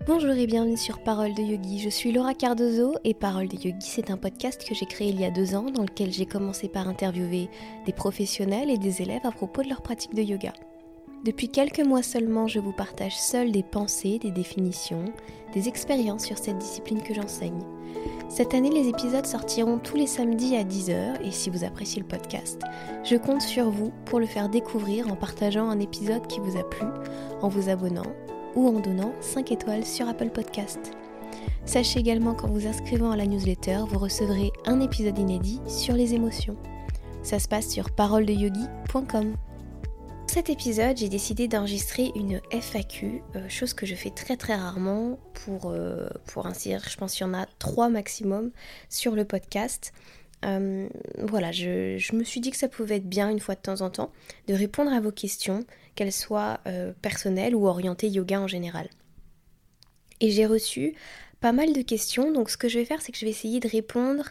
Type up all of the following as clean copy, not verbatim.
Bonjour et bienvenue sur Parole de Yogi, je suis Laura Cardozo et Parole de Yogi c'est un podcast que j'ai créé il y a 2 ans dans lequel j'ai commencé par interviewer des professionnels et des élèves à propos de leur pratique de yoga. Depuis quelques mois seulement, je vous partage seule des pensées, des définitions, des expériences sur cette discipline que j'enseigne. Cette année, les épisodes sortiront tous les samedis à 10h et si vous appréciez le podcast, je compte sur vous pour le faire découvrir en partageant un épisode qui vous a plu, en vous abonnant ou en donnant 5 étoiles sur Apple Podcast. Sachez également qu'en vous inscrivant à la newsletter, vous recevrez un épisode inédit sur les émotions. Ça se passe sur paroledeyogi.com. Pour cet épisode, j'ai décidé d'enregistrer une FAQ, chose que je fais très rarement pour ainsi dire, je pense qu'il y en a 3 maximum sur le podcast. Voilà, je me suis dit que ça pouvait être bien une fois de temps en temps de répondre à vos questions, qu'elles soient personnelles ou orientées yoga en général. Et j'ai reçu pas mal de questions, donc ce que je vais faire, c'est que je vais essayer de répondre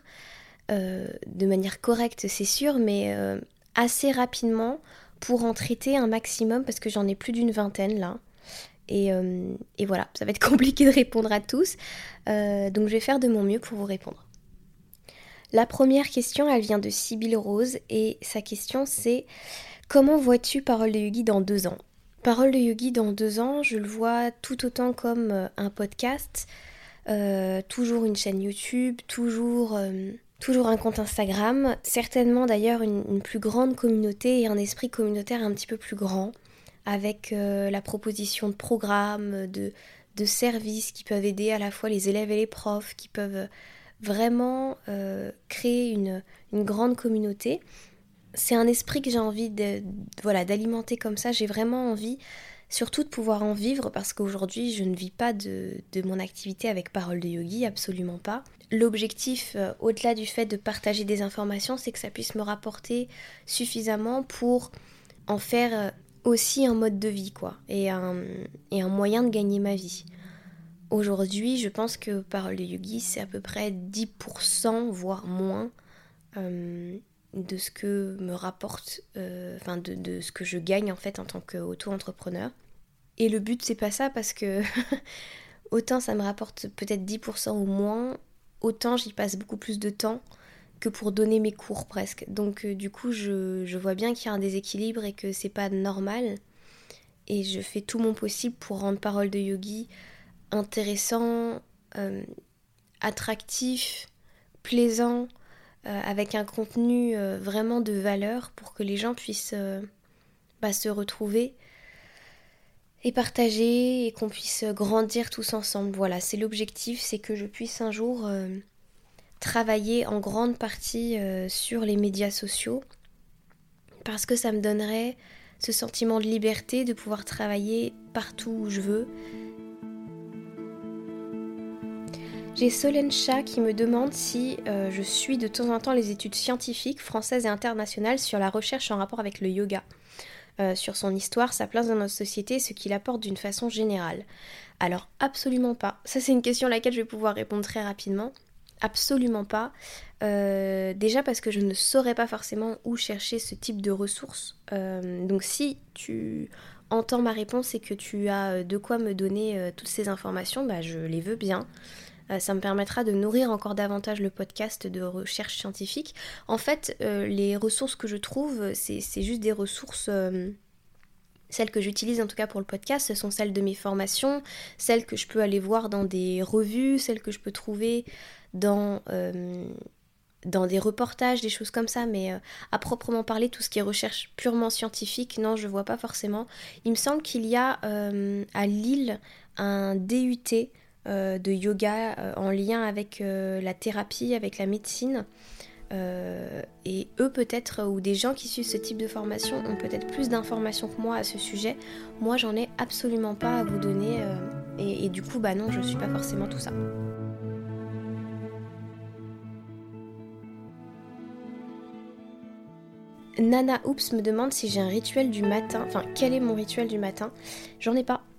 de manière correcte, c'est sûr, mais assez rapidement pour en traiter un maximum, parce que j'en ai plus d'une vingtaine là. Et voilà, ça va être compliqué de répondre à tous, donc je vais faire de mon mieux pour vous répondre. La première question, elle vient de Sybille Rose et sa question c'est « Comment vois-tu Parole de Yogi dans 2 ans ?» Parole de Yogi dans 2 ans, je le vois tout autant comme un podcast, toujours une chaîne YouTube, toujours un compte Instagram, certainement d'ailleurs une plus grande communauté et un esprit communautaire un petit peu plus grand, avec la proposition de programmes, de services qui peuvent aider à la fois les élèves et les profs, qui peuvent vraiment créer une grande communauté. C'est un esprit que j'ai envie d'alimenter comme ça. J'ai vraiment envie surtout de pouvoir en vivre parce qu'aujourd'hui je ne vis pas de mon activité avec Parole de Yogi, absolument pas. L'objectif, au-delà du fait de partager des informations, c'est que ça puisse me rapporter suffisamment pour en faire aussi un mode de vie, quoi, et un moyen de gagner ma vie. Aujourd'hui, je pense que Parole de Yogi, c'est à peu près 10%, voire moins, de ce que me rapporte, de ce que je gagne en fait en tant qu'auto-entrepreneur. Et le but, c'est pas ça parce que autant ça me rapporte peut-être 10% ou moins, autant j'y passe beaucoup plus de temps que pour donner mes cours presque. Donc du coup, je vois bien qu'il y a un déséquilibre et que c'est pas normal. Et je fais tout mon possible pour rendre Parole de Yogi intéressant, attractif, plaisant, avec un contenu vraiment de valeur pour que les gens puissent se retrouver et partager et qu'on puisse grandir tous ensemble. Voilà, c'est l'objectif, c'est que je puisse un jour travailler en grande partie sur les médias sociaux parce que ça me donnerait ce sentiment de liberté de pouvoir travailler partout où je veux. J'ai Solène Chat qui me demande si je suis de temps en temps les études scientifiques françaises et internationales sur la recherche en rapport avec le yoga, sur son histoire, sa place dans notre société, ce qu'il apporte d'une façon générale. Alors absolument pas. Ça c'est une question à laquelle je vais pouvoir répondre très rapidement. Absolument pas. Déjà parce que je ne saurais pas forcément où chercher ce type de ressources. Donc si tu entends ma réponse et que tu as de quoi me donner toutes ces informations, je les veux bien. Ça me permettra de nourrir encore davantage le podcast de recherche scientifique. En fait, les ressources que je trouve, c'est juste des ressources... Celles que j'utilise en tout cas pour le podcast, ce sont celles de mes formations, celles que je peux aller voir dans des revues, celles que je peux trouver dans des reportages, des choses comme ça, mais à proprement parler, tout ce qui est recherche purement scientifique, non, je vois pas forcément. Il me semble qu'il y a à Lille un DUT de yoga en lien avec la thérapie, avec la médecine. Et eux peut-être, ou des gens qui suivent ce type de formation ont peut-être plus d'informations que moi à ce sujet. Moi j'en ai absolument pas à vous donner et du coup non, je suis pas forcément tout ça. Nana Oops me demande si j'ai un rituel du matin, enfin quel est mon rituel du matin. J'en ai pas.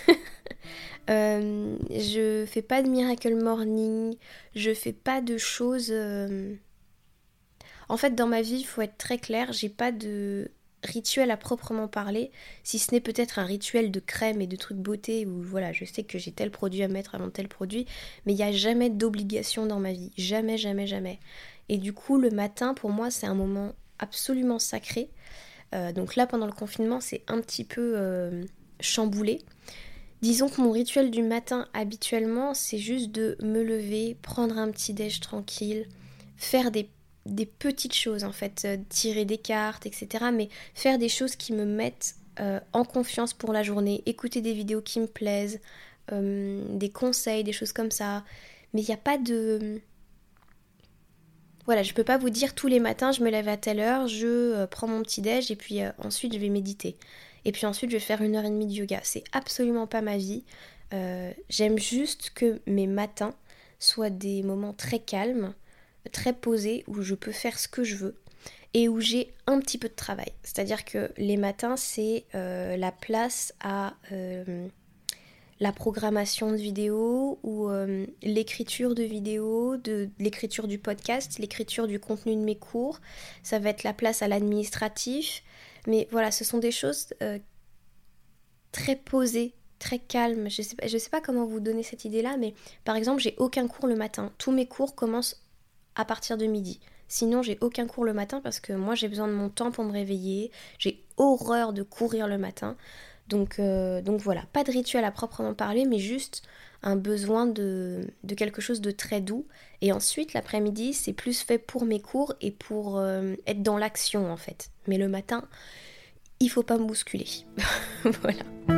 Je fais pas de miracle morning, je fais pas de choses... En fait, dans ma vie, il faut être très clair, j'ai pas de rituel à proprement parler, si ce n'est peut-être un rituel de crème et de trucs beauté où voilà, je sais que j'ai tel produit à mettre avant tel produit, mais il n'y a jamais d'obligation dans ma vie. Jamais, jamais, jamais. Et du coup, le matin, pour moi, c'est un moment absolument sacré. Donc là, pendant le confinement, c'est un petit peu chamboulé. Disons que mon rituel du matin, habituellement, c'est juste de me lever, prendre un petit déj tranquille, faire des petites choses en fait, tirer des cartes, etc. Mais faire des choses qui me mettent en confiance pour la journée, écouter des vidéos qui me plaisent, des conseils, des choses comme ça. Mais il n'y a pas de... Voilà, je peux pas vous dire tous les matins je me lève à telle heure, je prends mon petit déj et puis ensuite je vais méditer. Et puis ensuite je vais faire 1 heure et demie de yoga. C'est absolument pas ma vie. J'aime juste que mes matins soient des moments très calmes, très posés, où je peux faire ce que je veux et où j'ai un petit peu de travail. C'est-à-dire que les matins c'est la place à... la programmation de vidéos ou l'écriture de vidéos, de l'écriture du podcast, l'écriture du contenu de mes cours. Ça va être la place à l'administratif. Mais voilà, ce sont des choses très posées, très calmes. Je sais pas comment vous donner cette idée-là, mais par exemple, j'ai aucun cours le matin. Tous mes cours commencent à partir de midi. Sinon, j'ai aucun cours le matin parce que moi, j'ai besoin de mon temps pour me réveiller. J'ai horreur de courir le matin. Donc voilà, pas de rituel à proprement parler, mais juste un besoin de quelque chose de très doux. Et ensuite, l'après-midi, c'est plus fait pour mes cours et pour être dans l'action en fait. Mais le matin, il faut pas me bousculer. Voilà.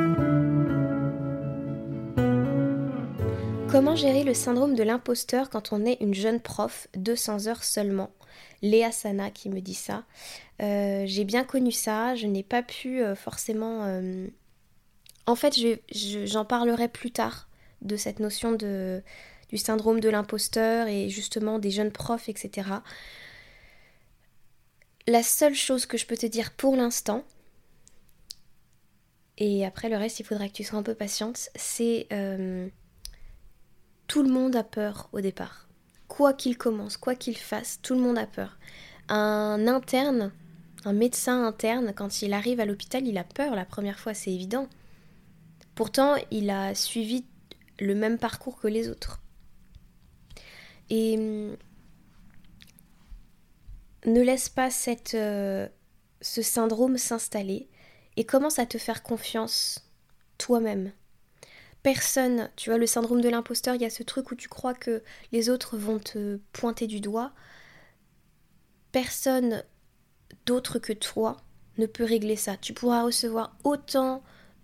Comment gérer le syndrome de l'imposteur quand on est une jeune prof, 200 heures seulement? Léa Sana qui me dit ça. J'ai bien connu ça, je n'ai pas pu forcément... En fait, j'en parlerai plus tard de cette notion du syndrome de l'imposteur et justement des jeunes profs, etc. La seule chose que je peux te dire pour l'instant, et après le reste il faudra que tu sois un peu patiente, c'est tout le monde a peur au départ. Quoi qu'il commence, quoi qu'il fasse, tout le monde a peur. Un interne, un médecin interne, quand il arrive à l'hôpital, il a peur la première fois, c'est évident. Pourtant, il a suivi le même parcours que les autres. Et ne laisse pas ce syndrome s'installer et commence à te faire confiance toi-même. Personne, tu vois, le syndrome de l'imposteur, il y a ce truc où tu crois que les autres vont te pointer du doigt. Personne d'autre que toi ne peut régler ça. Tu pourras recevoir autant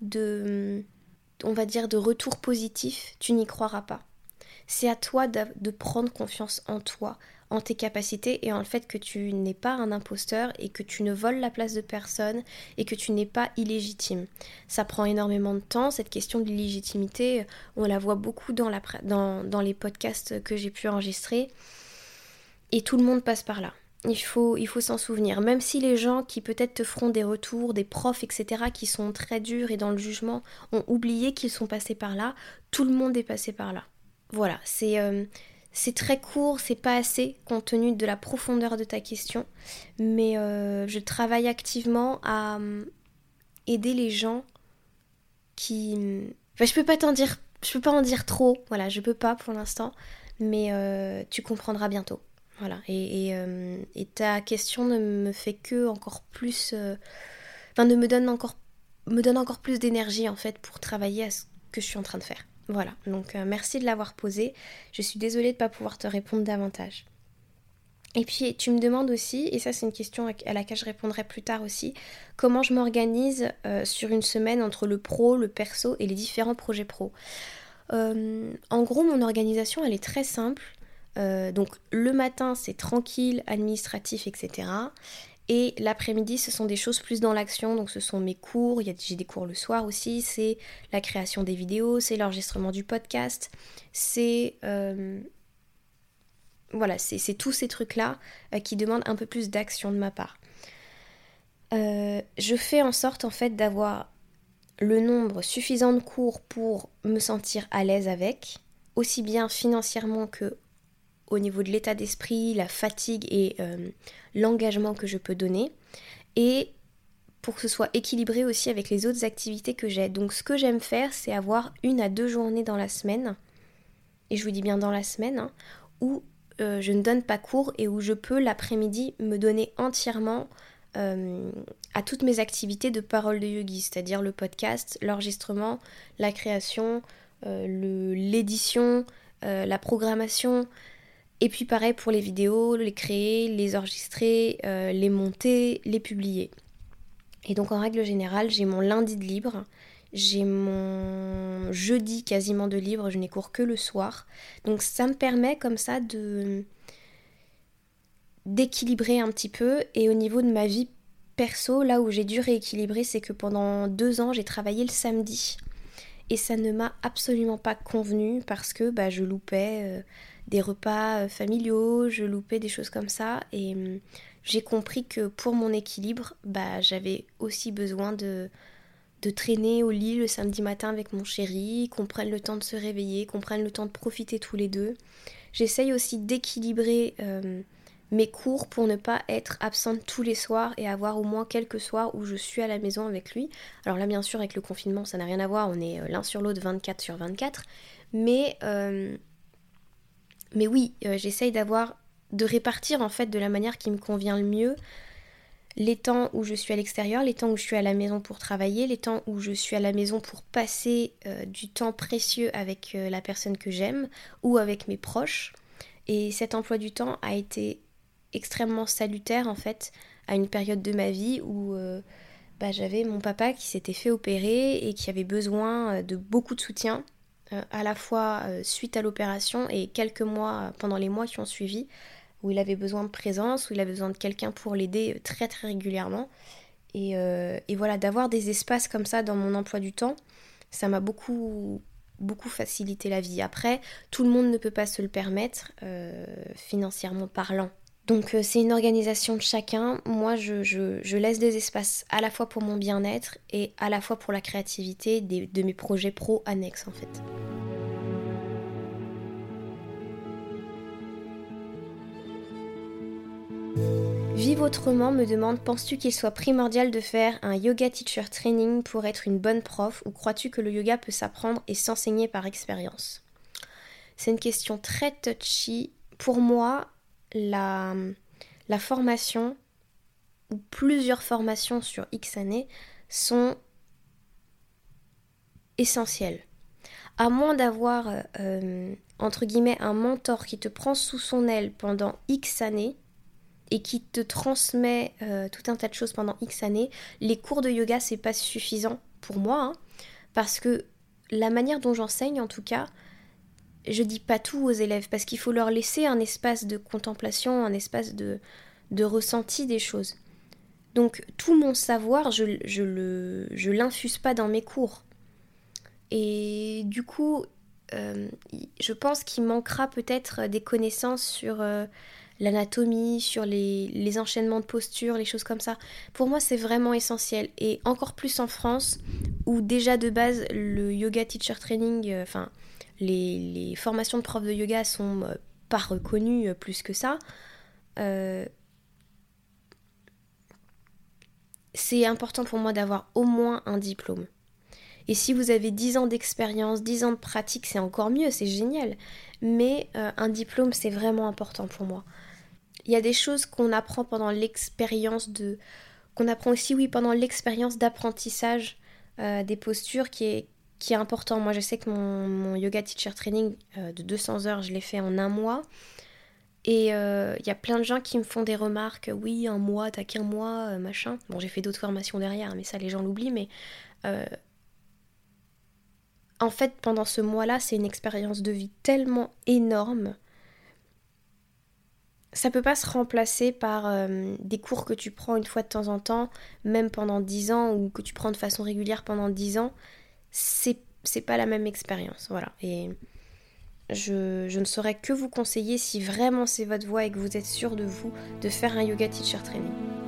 on va dire, de retours positifs, tu n'y croiras pas. C'est à toi de prendre confiance en toi, en tes capacités et en le fait que tu n'es pas un imposteur et que tu ne voles la place de personne et que tu n'es pas illégitime. Ça prend énormément de temps, cette question de l'illégitimité, on la voit beaucoup dans les podcasts que j'ai pu enregistrer et tout le monde passe par là. Il faut s'en souvenir, même si les gens qui peut-être te feront des retours, des profs, etc., qui sont très durs et dans le jugement, ont oublié qu'ils sont passés par là, tout le monde est passé par là. Voilà, c'est très court, c'est pas assez compte tenu de la profondeur de ta question, mais je travaille activement à aider les gens qui... Enfin, je peux pas en dire trop, voilà, je peux pas pour l'instant, mais tu comprendras bientôt. Voilà, et ta question ne me fait que encore plus... me donne encore plus d'énergie en fait pour travailler à ce que je suis en train de faire. Voilà, donc merci de l'avoir posé. Je suis désolée de ne pas pouvoir te répondre davantage. Et puis tu me demandes aussi, et ça c'est une question à laquelle je répondrai plus tard aussi, comment je m'organise sur une semaine entre le pro, le perso et les différents projets pro. En gros, mon organisation elle est très simple. Donc le matin c'est tranquille, administratif, etc. Et l'après-midi ce sont des choses plus dans l'action, donc ce sont mes cours, j'ai des cours le soir aussi, c'est la création des vidéos, c'est l'enregistrement du podcast, c'est tous ces trucs-là qui demandent un peu plus d'action de ma part. Je fais en sorte en fait d'avoir le nombre suffisant de cours pour me sentir à l'aise avec, aussi bien financièrement que au niveau de l'état d'esprit, la fatigue et l'engagement que je peux donner. Et pour que ce soit équilibré aussi avec les autres activités que j'ai. Donc ce que j'aime faire, c'est avoir 1 à 2 journées dans la semaine, et je vous dis bien dans la semaine, où je ne donne pas cours et où je peux l'après-midi me donner entièrement à toutes mes activités de parole de yogi, c'est-à-dire le podcast, l'enregistrement, la création, l'édition, la programmation, et puis pareil pour les vidéos, les créer, les enregistrer, les monter, les publier. Et donc en règle générale, j'ai mon lundi de libre, j'ai mon jeudi quasiment de libre, je n'ai cours que le soir. Donc ça me permet comme ça d'équilibrer un petit peu. Et au niveau de ma vie perso, là où j'ai dû rééquilibrer, c'est que pendant 2 ans, j'ai travaillé le samedi. Et ça ne m'a absolument pas convenu parce que je loupais des repas familiaux, je loupais des choses comme ça. Et j'ai compris que pour mon équilibre, j'avais aussi besoin de traîner au lit le samedi matin avec mon chéri, qu'on prenne le temps de se réveiller, qu'on prenne le temps de profiter tous les deux. J'essaye aussi d'équilibrer mes cours pour ne pas être absente tous les soirs et avoir au moins quelques soirs où je suis à la maison avec lui. Alors là, bien sûr, avec le confinement, ça n'a rien à voir, on est l'un sur l'autre 24/24. Mais oui, j'essaye de répartir en fait de la manière qui me convient le mieux les temps où je suis à l'extérieur, les temps où je suis à la maison pour travailler, les temps où je suis à la maison pour passer du temps précieux avec la personne que j'aime ou avec mes proches. Et cet emploi du temps a été extrêmement salutaire en fait à une période de ma vie où j'avais mon papa qui s'était fait opérer et qui avait besoin de beaucoup de soutien, à la fois suite à l'opération et quelques mois pendant les mois qui ont suivi, où il avait besoin de présence, où il avait besoin de quelqu'un pour l'aider très très régulièrement. Et voilà, d'avoir des espaces comme ça dans mon emploi du temps, ça m'a beaucoup facilité la vie. Après, tout le monde ne peut pas se le permettre, financièrement parlant. Donc c'est une organisation de chacun. Moi, je laisse des espaces à la fois pour mon bien-être et à la fois pour la créativité de mes projets pro annexes en fait. Vive autrement me demande, penses-tu qu'il soit primordial de faire un yoga teacher training pour être une bonne prof ou crois-tu que le yoga peut s'apprendre et s'enseigner par expérience ? C'est une question très touchy. Pour moi, la formation ou plusieurs formations sur X années sont essentielles. À moins d'avoir, entre guillemets, un mentor qui te prend sous son aile pendant X années, et qui te transmet tout un tas de choses pendant X années, les cours de yoga, c'est pas suffisant pour moi, parce que la manière dont j'enseigne, en tout cas, je dis pas tout aux élèves, parce qu'il faut leur laisser un espace de contemplation, un espace de ressenti des choses. Donc tout mon savoir, je l'infuse pas dans mes cours. Et du coup, je pense qu'il manquera peut-être des connaissances sur l'anatomie, sur les enchaînements de postures, les choses comme ça. Pour moi, c'est vraiment essentiel. Et encore plus en France, où déjà de base, le yoga teacher training, les formations de profs de yoga sont pas reconnues plus que ça. C'est important pour moi d'avoir au moins un diplôme. Et si vous avez 10 ans d'expérience, 10 ans de pratique, c'est encore mieux, c'est génial. Mais un diplôme, c'est vraiment important pour moi. Il y a des choses qu'on apprend pendant l'expérience qu'on apprend aussi, oui, pendant l'expérience d'apprentissage des postures qui est important. Moi, je sais que mon yoga teacher training de 200 heures, je l'ai fait en 1 mois. Et il y a plein de gens qui me font des remarques, oui, 1 mois, t'as qu'1 mois, machin. Bon, j'ai fait d'autres formations derrière, mais ça, les gens l'oublient, mais... En fait, pendant ce mois-là, c'est une expérience de vie tellement énorme. Ça peut pas se remplacer par des cours que tu prends une fois de temps en temps, même pendant 10 ans, ou que tu prends de façon régulière pendant 10 ans. C'est pas la même expérience, voilà. Et je ne saurais que vous conseiller, si vraiment c'est votre voie et que vous êtes sûr de vous, de faire un yoga teacher training.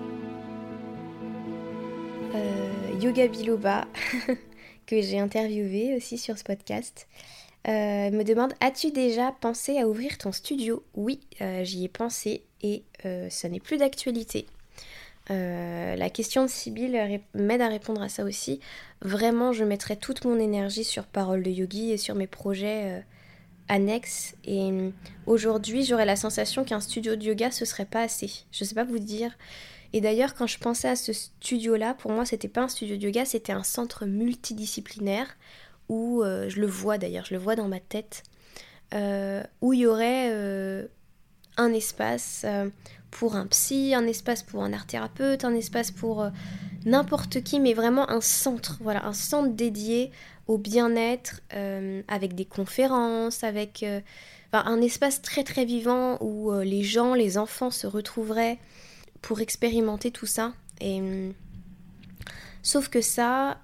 Yoga Biloba que j'ai interviewé aussi sur ce podcast, me demande, as-tu déjà pensé à ouvrir ton studio ? Oui, j'y ai pensé et ça n'est plus d'actualité. La question de Sybille m'aide à répondre à ça aussi. Vraiment, je mettrai toute mon énergie sur Parole de Yogi et sur mes projets annexes. Et aujourd'hui, j'aurais la sensation qu'un studio de yoga, ce serait pas assez. Je sais pas vous dire. Et d'ailleurs, quand je pensais à ce studio-là, pour moi, c'était pas un studio de yoga, c'était un centre multidisciplinaire où, je le vois d'ailleurs, je le vois dans ma tête, où il y aurait un espace pour un psy, un espace pour un art-thérapeute, un espace pour n'importe qui, mais vraiment un centre, voilà, un centre dédié au bien-être, avec des conférences, avec un espace très très vivant où les gens, les enfants se retrouveraient pour expérimenter tout ça. Et sauf que ça,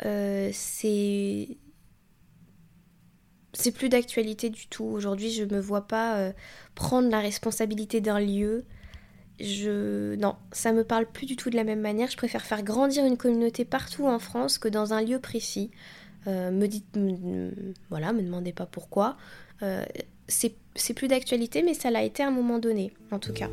c'est plus d'actualité du tout. Aujourd'hui, je me vois pas prendre la responsabilité d'un lieu. Non, ça me parle plus du tout de la même manière. Je préfère faire grandir une communauté partout en France que dans un lieu précis. Voilà, me demandez pas pourquoi. C'est plus d'actualité, mais ça l'a été à un moment donné, en tout cas.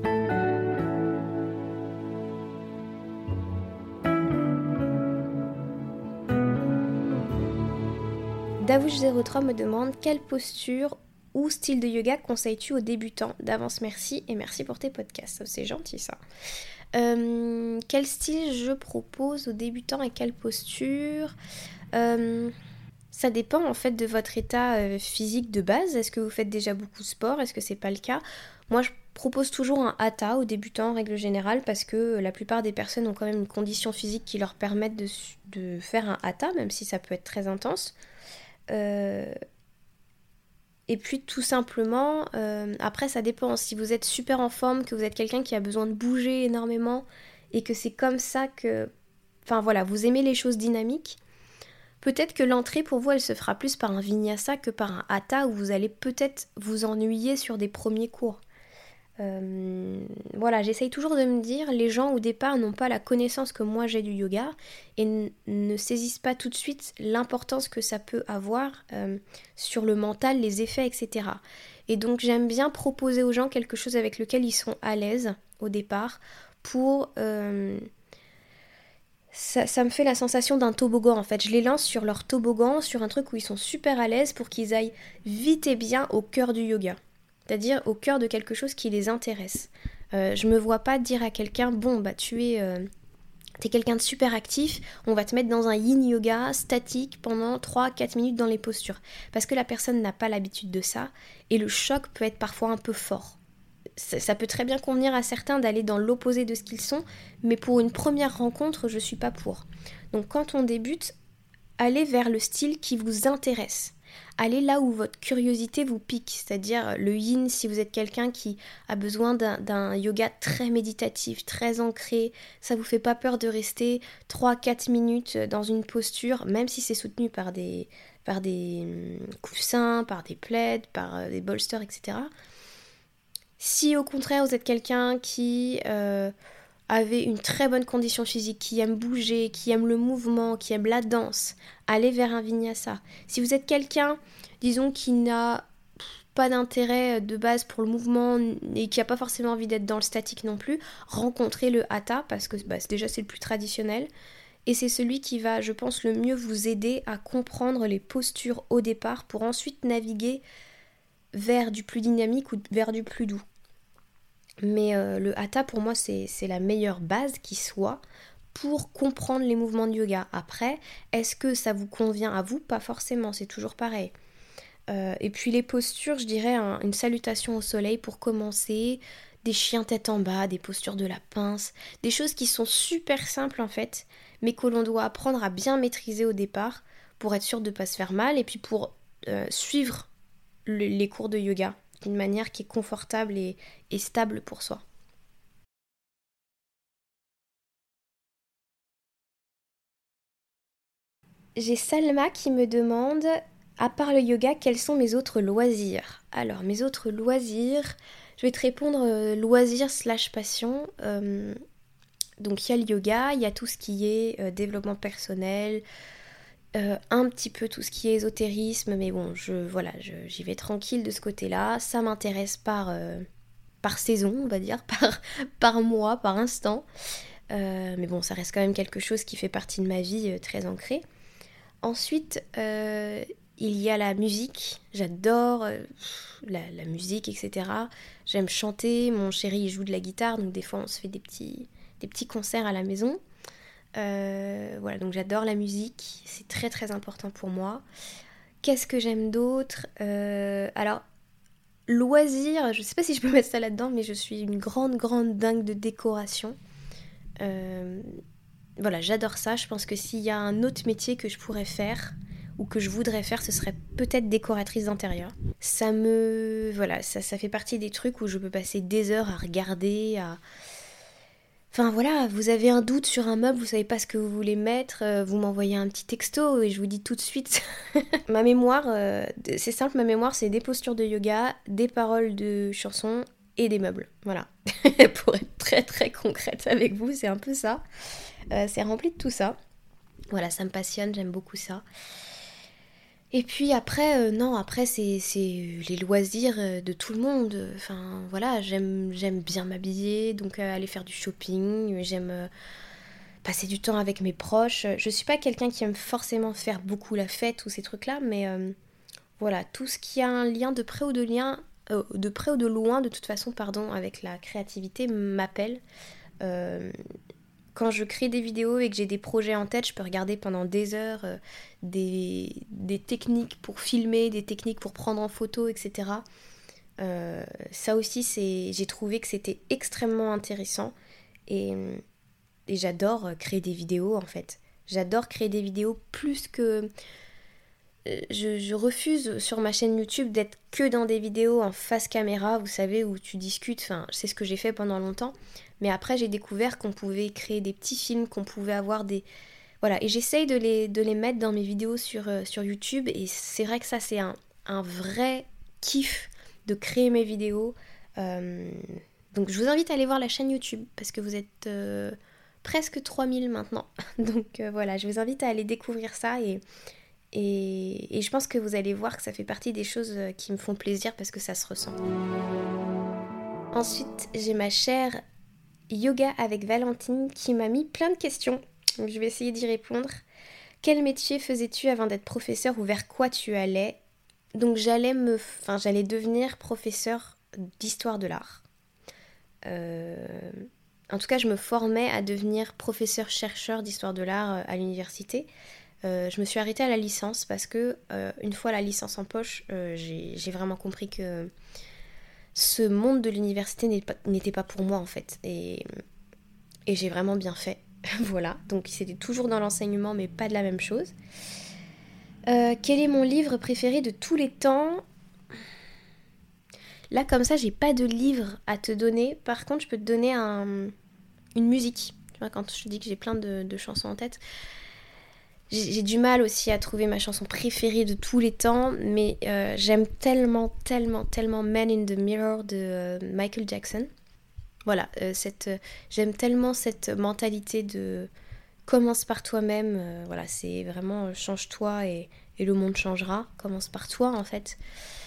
Davouche03 me demande quelle posture ou style de yoga conseilles-tu aux débutants? D'avance merci et merci pour tes podcasts, c'est gentil ça. Quel style je propose aux débutants et quelle posture? Ça dépend en fait de votre état physique de base. Est-ce que vous faites déjà beaucoup de sport? Est-ce que c'est pas le cas? Moi je propose toujours un hatha aux débutants en règle générale parce que la plupart des personnes ont quand même une condition physique qui leur permettent de faire un hatha, même si ça peut être très intense. Et puis tout simplement, après ça dépend, si vous êtes super en forme, que vous êtes quelqu'un qui a besoin de bouger énormément et que c'est comme ça que, enfin voilà, vous aimez les choses dynamiques, peut-être que l'entrée pour vous elle se fera plus par un vinyasa que par un hatha où vous allez peut-être vous ennuyer sur des premiers cours. Voilà, j'essaye toujours de me dire, les gens au départ n'ont pas la connaissance que moi j'ai du yoga et ne saisissent pas tout de suite l'importance que ça peut avoir sur le mental, les effets, etc. Et donc j'aime bien proposer aux gens quelque chose avec lequel ils sont à l'aise au départ pour... ça me fait la sensation d'un toboggan en fait. Je les lance sur leur toboggan, sur un truc où ils sont super à l'aise pour qu'ils aillent vite et bien au cœur du yoga. C'est-à-dire au cœur de quelque chose qui les intéresse. Je me vois pas dire à quelqu'un, bon bah t'es quelqu'un de super actif, on va te mettre dans un yin yoga statique pendant 3-4 minutes dans les postures. Parce que la personne n'a pas l'habitude de ça, et le choc peut être parfois un peu fort. Ça peut très bien convenir à certains d'aller dans l'opposé de ce qu'ils sont, mais pour une première rencontre, je suis pas pour. Donc quand on débute, allez vers le style qui vous intéresse. Allez là où votre curiosité vous pique, c'est-à-dire le yin si vous êtes quelqu'un qui a besoin d'un yoga très méditatif, très ancré, ça vous fait pas peur de rester 3-4 minutes dans une posture, même si c'est soutenu par des coussins, par des plaids, par des bolsters, etc. Si au contraire vous êtes quelqu'un qui avez une très bonne condition physique, qui aime bouger, qui aime le mouvement, qui aime la danse, allez vers un vinyasa. Si vous êtes quelqu'un, disons, qui n'a pas d'intérêt de base pour le mouvement et qui n'a pas forcément envie d'être dans le statique non plus, rencontrez le hatha parce que déjà c'est le plus traditionnel et c'est celui qui va, je pense, le mieux vous aider à comprendre les postures au départ pour ensuite naviguer vers du plus dynamique ou vers du plus doux. Mais le hatha pour moi c'est la meilleure base qui soit pour comprendre les mouvements de yoga. Après, est-ce que ça vous convient à vous? Pas forcément, c'est toujours pareil. Et puis les postures, je dirais une salutation au soleil pour commencer, des chiens tête en bas, des postures de la pince, des choses qui sont super simples en fait, mais que l'on doit apprendre à bien maîtriser au départ pour être sûr de ne pas se faire mal et puis pour suivre les cours de yoga d'une manière qui est confortable et stable pour soi. J'ai Salma qui me demande, à part le yoga, quels sont mes autres loisirs? Alors, mes autres loisirs, je vais te répondre loisirs / passion. Donc, il y a le yoga, il y a tout ce qui est développement personnel, un petit peu tout ce qui est ésotérisme, mais bon, j'y vais tranquille de ce côté-là. Ça m'intéresse par saison, on va dire, par mois, par instant. Mais bon, ça reste quand même quelque chose qui fait partie de ma vie, très ancrée. Ensuite, il y a la musique. J'adore la musique, etc. J'aime chanter. Mon chéri il joue de la guitare, donc des fois on se fait des petits concerts à la maison. Voilà, donc j'adore la musique. C'est très très important pour moi. Qu'est-ce que j'aime d'autre? Alors, loisirs, je sais pas si je peux mettre ça là-dedans, mais je suis une grande dingue de décoration. Voilà, j'adore ça. Je pense que s'il y a un autre métier que je pourrais faire ou que je voudrais faire, ce serait peut-être décoratrice d'intérieur. Voilà, ça fait partie des trucs où je peux passer des heures à regarder, Enfin voilà, vous avez un doute sur un meuble, vous savez pas ce que vous voulez mettre, vous m'envoyez un petit texto et je vous dis tout de suite. Ma mémoire, c'est simple, ma mémoire c'est des postures de yoga, des paroles de chansons et des meubles. Voilà. Pour être très très concrète avec vous, c'est un peu ça. C'est rempli de tout ça. Voilà, ça me passionne, j'aime beaucoup ça. Et puis après, non, après c'est les loisirs de tout le monde. Enfin voilà, j'aime bien m'habiller, donc aller faire du shopping, j'aime passer du temps avec mes proches. Je suis pas quelqu'un qui aime forcément faire beaucoup la fête ou ces trucs-là, mais voilà, tout ce qui a un lien de près ou de près ou de loin, de toute façon, pardon, avec la créativité m'appelle. Quand je crée des vidéos et que j'ai des projets en tête, je peux regarder pendant des heures des techniques pour filmer, des techniques pour prendre en photo, etc. Ça aussi, j'ai trouvé que c'était extrêmement intéressant et j'adore créer des vidéos en fait. J'adore créer des vidéos plus que... Je refuse sur ma chaîne YouTube d'être que dans des vidéos en face caméra, vous savez, où tu discutes, enfin c'est ce que j'ai fait pendant longtemps, mais après j'ai découvert qu'on pouvait créer des petits films, qu'on pouvait avoir des... Voilà, et j'essaye de les mettre dans mes vidéos sur YouTube, et c'est vrai que ça c'est un vrai kiff de créer mes vidéos. Donc je vous invite à aller voir la chaîne YouTube, parce que vous êtes presque 3000 maintenant, donc voilà, je vous invite à aller découvrir ça, et je pense que vous allez voir que ça fait partie des choses qui me font plaisir parce que ça se ressent. Ensuite, j'ai ma chère Yoga avec Valentine qui m'a mis plein de questions. Donc je vais essayer d'y répondre. Quel métier faisais-tu avant d'être professeur ou vers quoi tu allais? Donc j'allais devenir professeur d'histoire de l'art. En tout cas, je me formais à devenir professeur-chercheur d'histoire de l'art à l'université. Je me suis arrêtée à la licence parce que une fois la licence en poche, j'ai vraiment compris que ce monde de l'université n'était pas pour moi en fait. Et j'ai vraiment bien fait. Voilà, donc c'était toujours dans l'enseignement mais pas de la même chose. Quel est mon livre préféré de tous les temps? Là comme ça, j'ai pas de livre à te donner. Par contre, je peux te donner une musique. Tu vois, quand je dis que j'ai plein de chansons en tête... J'ai du mal aussi à trouver ma chanson préférée de tous les temps, mais j'aime tellement Man in the Mirror de Michael Jackson. Voilà, j'aime tellement cette mentalité de commence par toi-même. Voilà, c'est vraiment change-toi et le monde changera. Commence par toi en fait.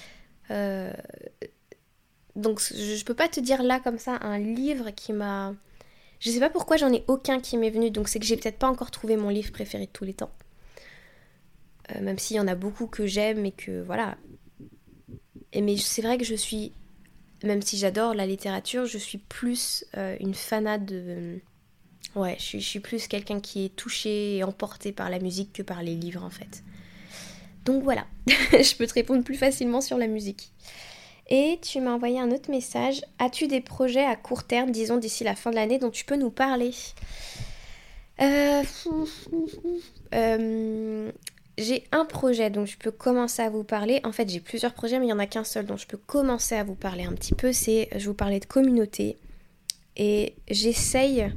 Donc je peux pas te dire là comme ça un livre qui m'a... Je sais pas pourquoi j'en ai aucun qui m'est venu, donc c'est que j'ai peut-être pas encore trouvé mon livre préféré de tous les temps. Même s'il y en a beaucoup que j'aime et que voilà. Mais c'est vrai que je suis, même si j'adore la littérature, je suis plus une fanat de... Ouais, je suis plus quelqu'un qui est touché et emporté par la musique que par les livres en fait. Donc voilà, je peux te répondre plus facilement sur la musique. Et tu m'as envoyé un autre message. As-tu des projets à court terme, disons d'ici la fin de l'année, dont tu peux nous parler? J'ai un projet dont je peux commencer à vous parler. En fait, j'ai plusieurs projets, mais il n'y en a qu'un seul dont je peux commencer à vous parler un petit peu. Je vous parlais de communauté. Et j'essaye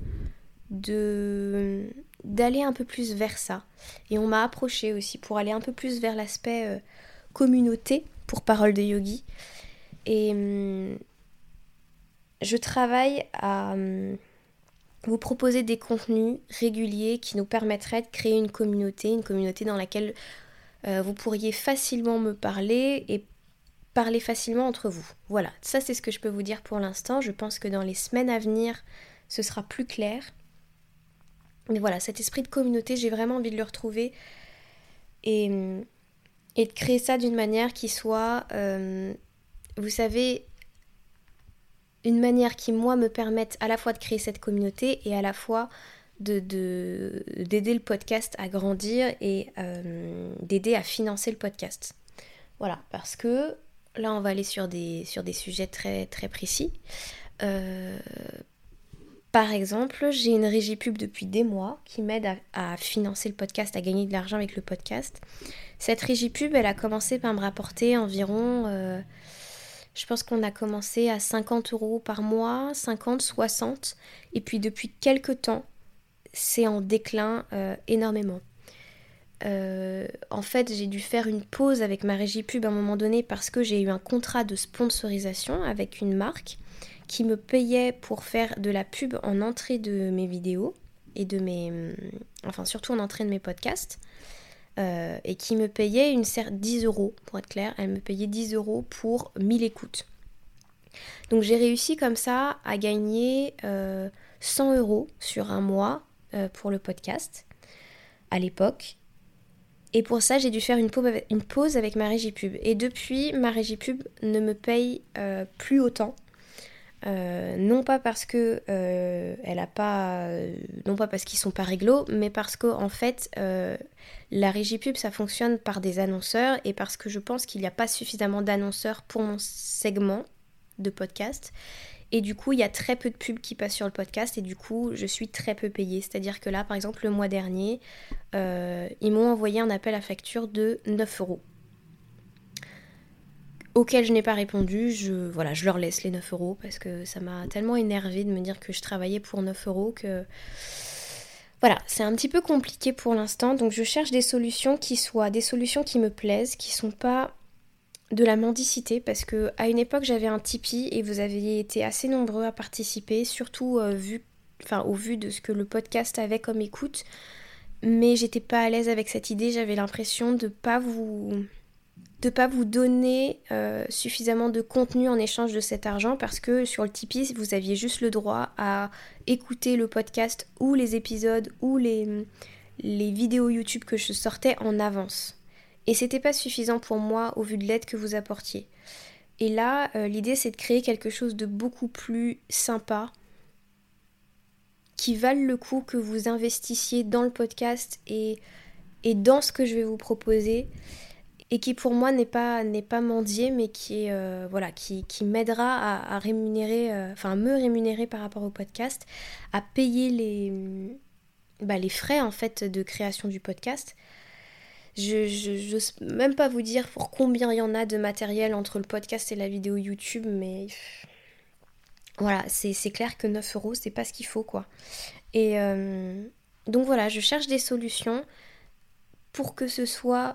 d'aller un peu plus vers ça. Et on m'a approché aussi pour aller un peu plus vers l'aspect communauté pour Parole de Yogi. Et je travaille à vous proposer des contenus réguliers qui nous permettraient de créer une communauté dans laquelle vous pourriez facilement me parler et parler facilement entre vous. Voilà, ça c'est ce que je peux vous dire pour l'instant. Je pense que dans les semaines à venir, ce sera plus clair. Mais voilà, cet esprit de communauté, j'ai vraiment envie de le retrouver et de créer ça d'une manière qui soit, vous savez, une manière qui, moi, me permette à la fois de créer cette communauté et à la fois d'aider le podcast à grandir et d'aider à financer le podcast. Voilà, parce que là, on va aller sur des sujets très, très précis. Par exemple, j'ai une régie pub depuis des mois qui m'aide à financer le podcast, à gagner de l'argent avec le podcast. Cette régie pub, elle a commencé par me rapporter environ, je pense qu'on a commencé à 50 € par mois, 50, 60. Et puis depuis quelques temps, c'est en déclin énormément. En fait, j'ai dû faire une pause avec ma régie pub à un moment donné parce que j'ai eu un contrat de sponsorisation avec une marque qui me payait pour faire de la pub en entrée de mes vidéos et surtout en entrée de mes podcasts, et qui me payait 10 € pour être clair, elle me payait 10 € pour 1000 écoutes. Donc j'ai réussi comme ça à gagner 100 € sur un mois pour le podcast à l'époque. Et pour ça, j'ai dû faire une pause avec ma régie pub. Et depuis, ma régie pub ne me paye plus autant. Non pas parce que non pas parce qu'ils sont pas réglo, mais parce que en fait la régie pub ça fonctionne par des annonceurs et parce que je pense qu'il n'y a pas suffisamment d'annonceurs pour mon segment de podcast et du coup il y a très peu de pubs qui passent sur le podcast et du coup je suis très peu payée. C'est-à-dire que là par exemple le mois dernier ils m'ont envoyé un appel à facture de 9 €. Auquel je n'ai pas répondu, je leur laisse les 9 € parce que ça m'a tellement énervée de me dire que je travaillais pour 9 € que... Voilà, c'est un petit peu compliqué pour l'instant, donc je cherche des solutions qui soient des solutions qui me plaisent, qui sont pas de la mendicité, parce que à une époque j'avais un Tipeee et vous aviez été assez nombreux à participer, surtout au vu de ce que le podcast avait comme écoute, mais j'étais pas à l'aise avec cette idée, j'avais l'impression de pas vous donner suffisamment de contenu en échange de cet argent parce que sur le Tipeee, vous aviez juste le droit à écouter le podcast ou les épisodes ou les vidéos YouTube que je sortais en avance. Et c'était pas suffisant pour moi au vu de l'aide que vous apportiez. Et là, l'idée c'est de créer quelque chose de beaucoup plus sympa qui vale le coup que vous investissiez dans le podcast et dans ce que je vais vous proposer. Et qui pour moi n'est pas mendier, mais qui est qui m'aidera à rémunérer, me rémunérer par rapport au podcast, à payer les frais en fait de création du podcast. Je n'ose même pas vous dire pour combien il y en a de matériel entre le podcast et la vidéo YouTube, mais voilà, c'est clair que 9 € c'est pas ce qu'il faut quoi. Et donc voilà, je cherche des solutions pour que ce soit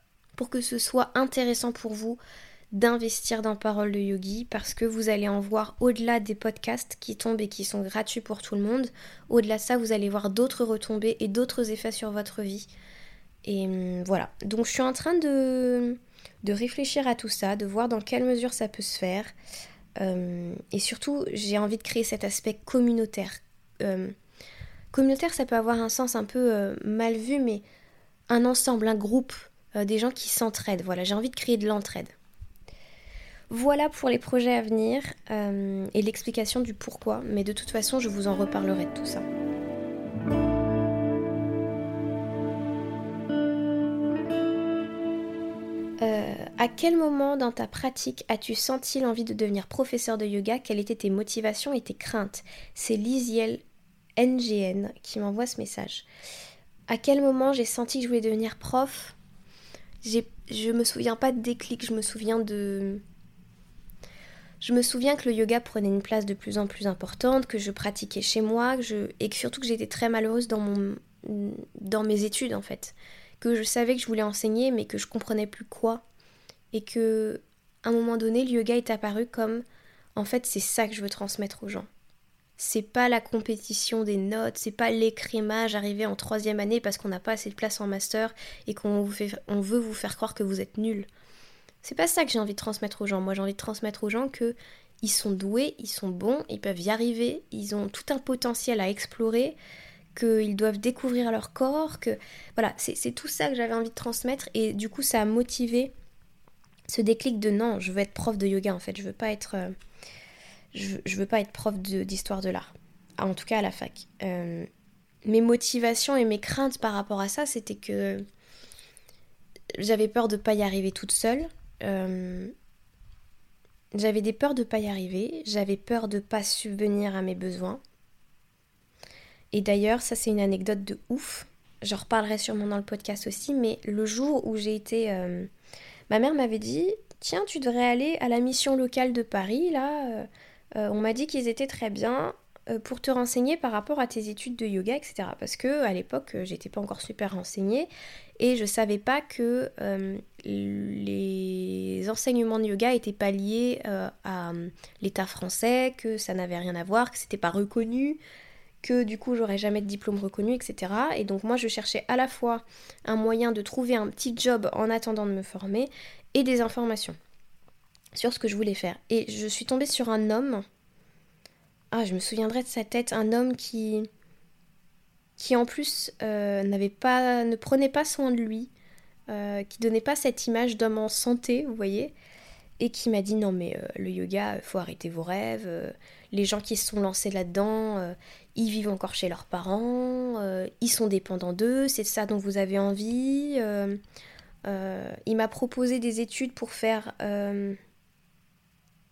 intéressant pour vous d'investir dans Parole de Yogi parce que vous allez en voir au-delà des podcasts qui tombent et qui sont gratuits pour tout le monde. Au-delà de ça, vous allez voir d'autres retombées et d'autres effets sur votre vie. Et voilà. Donc je suis en train de réfléchir à tout ça, de voir dans quelle mesure ça peut se faire. Et surtout, j'ai envie de créer cet aspect communautaire. Communautaire, ça peut avoir un sens un peu mal vu, mais un ensemble, un groupe, des gens qui s'entraident. Voilà, j'ai envie de créer de l'entraide. Voilà pour les projets à venir et l'explication du pourquoi, mais de toute façon, je vous en reparlerai de tout ça. À quel moment dans ta pratique as-tu senti l'envie de devenir professeur de yoga ? Quelles étaient tes motivations et tes craintes ? C'est Lisiel NGN qui m'envoie ce message. À quel moment j'ai senti que je voulais devenir prof ? Je me souviens pas de déclic, je me souviens que le yoga prenait une place de plus en plus importante, que je pratiquais chez moi, et que surtout que j'étais très malheureuse dans mes études en fait. Que je savais que je voulais enseigner mais que je comprenais plus quoi. Et que à un moment donné, le yoga est apparu comme en fait c'est ça que je veux transmettre aux gens. C'est pas la compétition des notes, c'est pas l'écrémage arrivé en 3e année parce qu'on n'a pas assez de place en master et on veut vous faire croire que vous êtes nuls. C'est pas ça que j'ai envie de transmettre aux gens. Moi j'ai envie de transmettre aux gens que ils sont doués, ils sont bons, ils peuvent y arriver, ils ont tout un potentiel à explorer, qu'ils doivent découvrir leur corps, que voilà, c'est tout ça que j'avais envie de transmettre et du coup ça a motivé ce déclic de non, je veux être prof de yoga en fait, je veux pas être prof d'histoire de l'art, en tout cas à la fac. Mes motivations et mes craintes par rapport à ça, c'était que j'avais peur de pas y arriver toute seule. J'avais des peurs de pas y arriver, j'avais peur de pas subvenir à mes besoins. Et d'ailleurs, ça c'est une anecdote de ouf, j'en reparlerai sûrement dans le podcast aussi, mais le jour où j'ai été... ma mère m'avait dit, tiens, tu devrais aller à la mission locale de Paris, là, on m'a dit qu'ils étaient très bien pour te renseigner par rapport à tes études de yoga, etc. Parce que à l'époque, j'étais pas encore super renseignée et je savais pas que les enseignements de yoga étaient pas liés à l'État français, que ça n'avait rien à voir, que c'était pas reconnu, que du coup j'aurais jamais de diplôme reconnu, etc. Et donc moi je cherchais à la fois un moyen de trouver un petit job en attendant de me former et des informations sur ce que je voulais faire. Et je suis tombée sur un homme, je me souviendrai de sa tête, un homme qui en plus ne prenait pas soin de lui, qui donnait pas cette image d'homme en santé, vous voyez, et qui m'a dit non mais le yoga, faut arrêter vos rêves, les gens qui se sont lancés là-dedans, ils vivent encore chez leurs parents, ils sont dépendants d'eux, c'est ça dont vous avez envie. Il m'a proposé des études pour faire quoi ?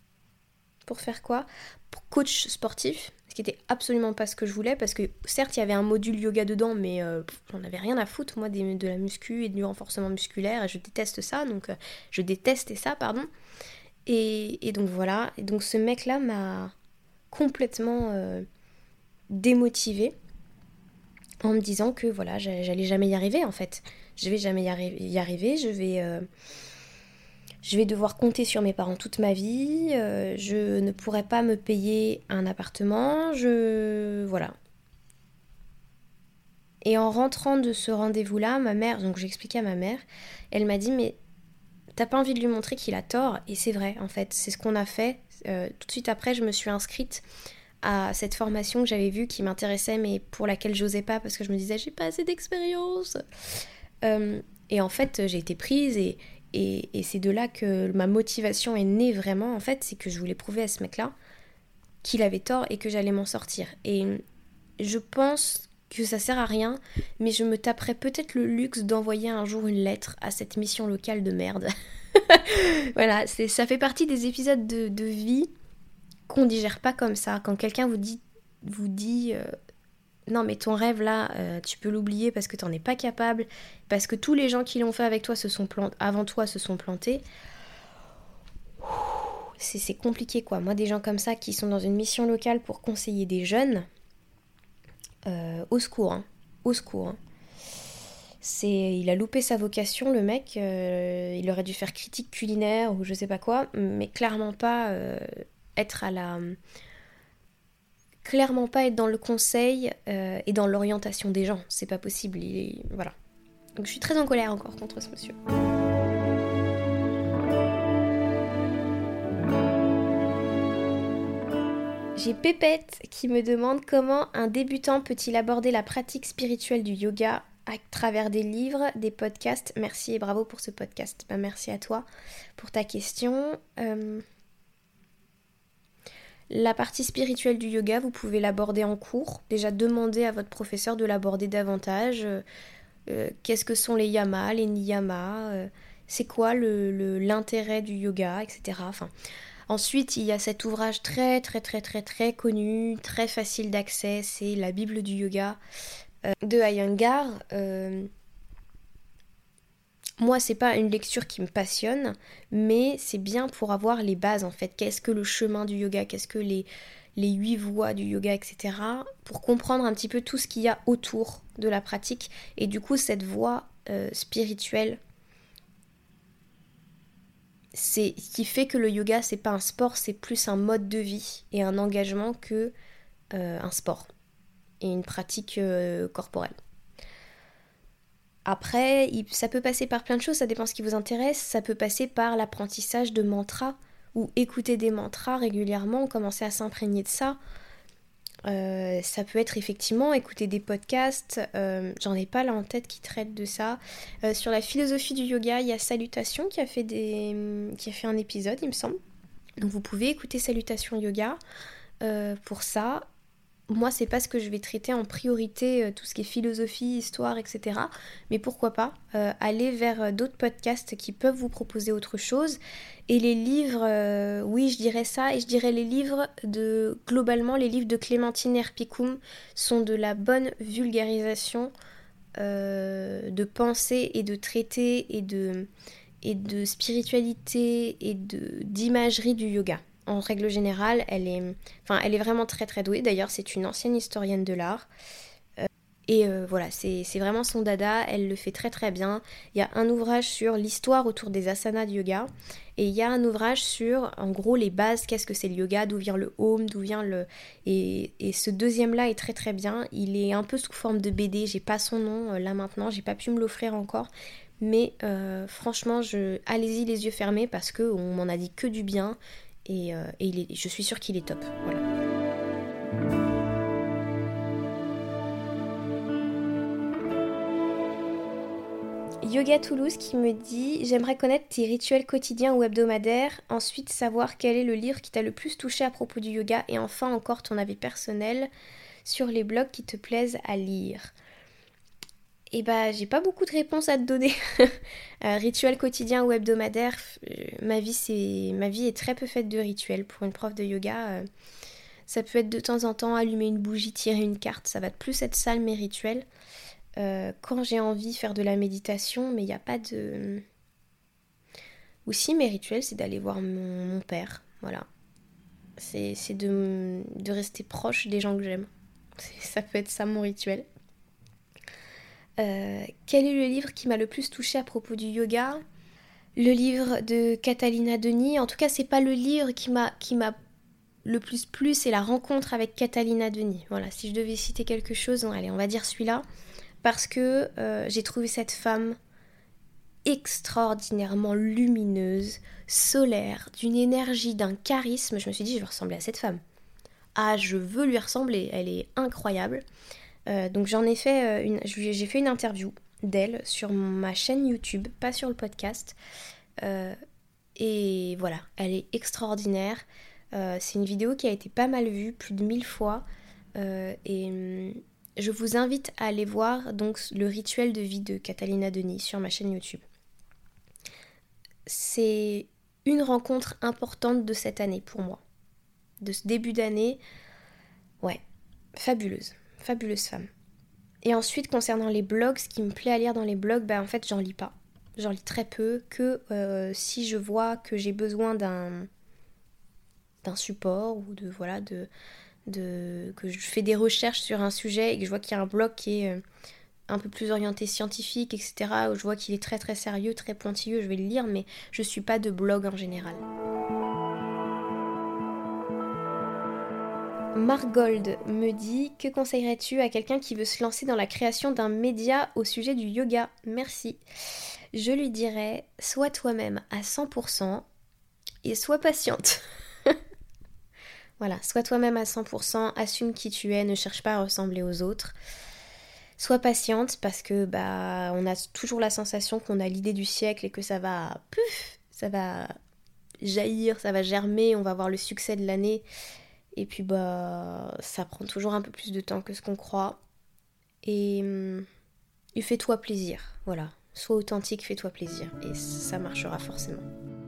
Pour coach sportif, ce qui était absolument pas ce que je voulais, parce que certes il y avait un module yoga dedans, mais j'en avais rien à foutre moi de la muscu et du renforcement musculaire, et je déteste ça, donc je détestais ça, pardon. Et donc voilà, et donc ce mec-là m'a complètement démotivée en me disant que voilà, j'allais jamais y arriver en fait. Je vais jamais y arriver, je vais devoir compter sur mes parents toute ma vie, je ne pourrai pas me payer un appartement, voilà. Et en rentrant de ce rendez-vous-là, ma mère, donc j'ai expliqué à ma mère, elle m'a dit mais t'as pas envie de lui montrer qu'il a tort, et c'est vrai en fait, c'est ce qu'on a fait. Tout de suite après, je me suis inscrite à cette formation que j'avais vue qui m'intéressait mais pour laquelle j'osais pas parce que je me disais j'ai pas assez d'expérience. Et en fait, j'ai été prise et c'est de là que ma motivation est née vraiment en fait, c'est que je voulais prouver à ce mec-là qu'il avait tort et que j'allais m'en sortir. Et je pense que ça sert à rien, mais je me taperais peut-être le luxe d'envoyer un jour une lettre à cette mission locale de merde. Voilà, ça fait partie des épisodes de vie qu'on digère pas comme ça. Quand quelqu'un vous dit non mais ton rêve là, tu peux l'oublier parce que t'en es pas capable, parce que tous les gens qui l'ont fait avec toi avant toi se sont plantés. C'est compliqué quoi. Moi des gens comme ça qui sont dans une mission locale pour conseiller des jeunes, au secours, hein. Au secours. Hein. Il a loupé sa vocation, le mec. Il aurait dû faire critique culinaire ou je sais pas quoi, mais clairement pas être dans le conseil et dans l'orientation des gens. C'est pas possible. Voilà. Donc je suis très en colère encore contre ce monsieur. J'ai Pépette qui me demande comment un débutant peut-il aborder la pratique spirituelle du yoga à travers des livres, des podcasts. Merci et bravo pour ce podcast. Merci à toi pour ta question. La partie spirituelle du yoga, vous pouvez l'aborder en cours. Déjà, demandez à votre professeur de l'aborder davantage. Qu'est-ce que sont les yamas, les niyamas, c'est quoi l'intérêt du yoga, etc. Enfin, ensuite, il y a cet ouvrage très très très très très connu, très facile d'accès, c'est la Bible du yoga de Iyengar. Moi, c'est pas une lecture qui me passionne, mais c'est bien pour avoir les bases en fait. Qu'est-ce que le chemin du yoga, qu'est-ce que les 8 voies du yoga, etc. Pour comprendre un petit peu tout ce qu'il y a autour de la pratique. Et du coup, cette voie spirituelle, c'est ce qui fait que le yoga, c'est pas un sport, c'est plus un mode de vie et un engagement que un sport et une pratique corporelle. Après, ça peut passer par plein de choses, ça dépend ce qui vous intéresse. Ça peut passer par l'apprentissage de mantras ou écouter des mantras régulièrement, commencer à s'imprégner de ça. Ça peut être effectivement écouter des podcasts, j'en ai pas là en tête qui traitent de ça. Sur la philosophie du yoga, il y a Salutation qui a fait un épisode, il me semble. Donc vous pouvez écouter Salutation Yoga pour ça. Moi, c'est pas ce que je vais traiter en priorité, tout ce qui est philosophie, histoire, etc. Mais pourquoi pas aller vers d'autres podcasts qui peuvent vous proposer autre chose. Et les livres, oui, je dirais ça. Et je dirais globalement, les livres de Clémentine Herpicum sont de la bonne vulgarisation de pensée et de traité et de spiritualité et d'imagerie du yoga. En règle générale, elle est vraiment très très douée. D'ailleurs, c'est une ancienne historienne de l'art. Voilà, c'est vraiment son dada, elle le fait très très bien. Il y a un ouvrage sur l'histoire autour des asanas de yoga. Et il y a un ouvrage sur, en gros, les bases, qu'est-ce que c'est le yoga, d'où vient le home, d'où vient le... Et ce deuxième-là est très très bien. Il est un peu sous forme de BD, j'ai pas son nom là maintenant, j'ai pas pu me l'offrir encore. Mais franchement, allez-y les yeux fermés parce qu'on m'en a dit que du bien. Et je suis sûre qu'il est top. Voilà. Yoga Toulouse qui me dit « J'aimerais connaître tes rituels quotidiens ou hebdomadaires, ensuite savoir quel est le livre qui t'a le plus touché à propos du yoga et enfin encore ton avis personnel sur les blogs qui te plaisent à lire. » Et bah j'ai pas beaucoup de réponses à te donner. Rituel quotidien ou hebdomadaire, ma vie est très peu faite de rituels. Pour une prof de yoga, ça peut être de temps en temps allumer une bougie, tirer une carte, ça va plus être ça mes rituels. Quand j'ai envie faire de la méditation, mais il n'y a pas de... Aussi mes rituels, c'est d'aller voir mon père, voilà. C'est de rester proche des gens que j'aime. Ça peut être ça mon rituel. Quel est le livre qui m'a le plus touchée à propos du yoga ? Le livre de Catalina Denis. En tout cas, c'est pas le livre qui m'a le plus plu, c'est la rencontre avec Catalina Denis. Voilà, si je devais citer quelque chose, allez, on va dire celui-là. Parce que j'ai trouvé cette femme extraordinairement lumineuse, solaire, d'une énergie, d'un charisme. Je me suis dit, je veux ressembler à cette femme. Ah, je veux lui ressembler, elle est incroyable. Donc j'ai fait une interview d'elle sur ma chaîne YouTube, pas sur le podcast. Et voilà, elle est extraordinaire. C'est une vidéo qui a été pas mal vue, plus de 1000 fois. Je vous invite à aller voir donc le rituel de vie de Catalina Denis sur ma chaîne YouTube. C'est une rencontre importante de cette année pour moi. De ce début d'année, ouais, fabuleuse femme. Et ensuite, concernant les blogs, ce qui me plaît à lire dans les blogs, en fait, j'en lis pas. J'en lis très peu, que si je vois que j'ai besoin d'un support ou que je fais des recherches sur un sujet et que je vois qu'il y a un blog qui est un peu plus orienté scientifique, etc., où je vois qu'il est très très sérieux, très pointilleux, je vais le lire, mais je suis pas de blog en général. Margold me dit « Que conseillerais-tu à quelqu'un qui veut se lancer dans la création d'un média au sujet du yoga ? Merci. » Je lui dirais « Sois toi-même à 100% et sois patiente. » Voilà, sois toi-même à 100%, assume qui tu es, ne cherche pas à ressembler aux autres. Sois patiente parce que on a toujours la sensation qu'on a l'idée du siècle et que ça va jaillir, ça va germer, on va avoir le succès de l'année. Et puis ça prend toujours un peu plus de temps que ce qu'on croit. Et fais-toi plaisir, voilà. Sois authentique, fais-toi plaisir. Et ça marchera forcément.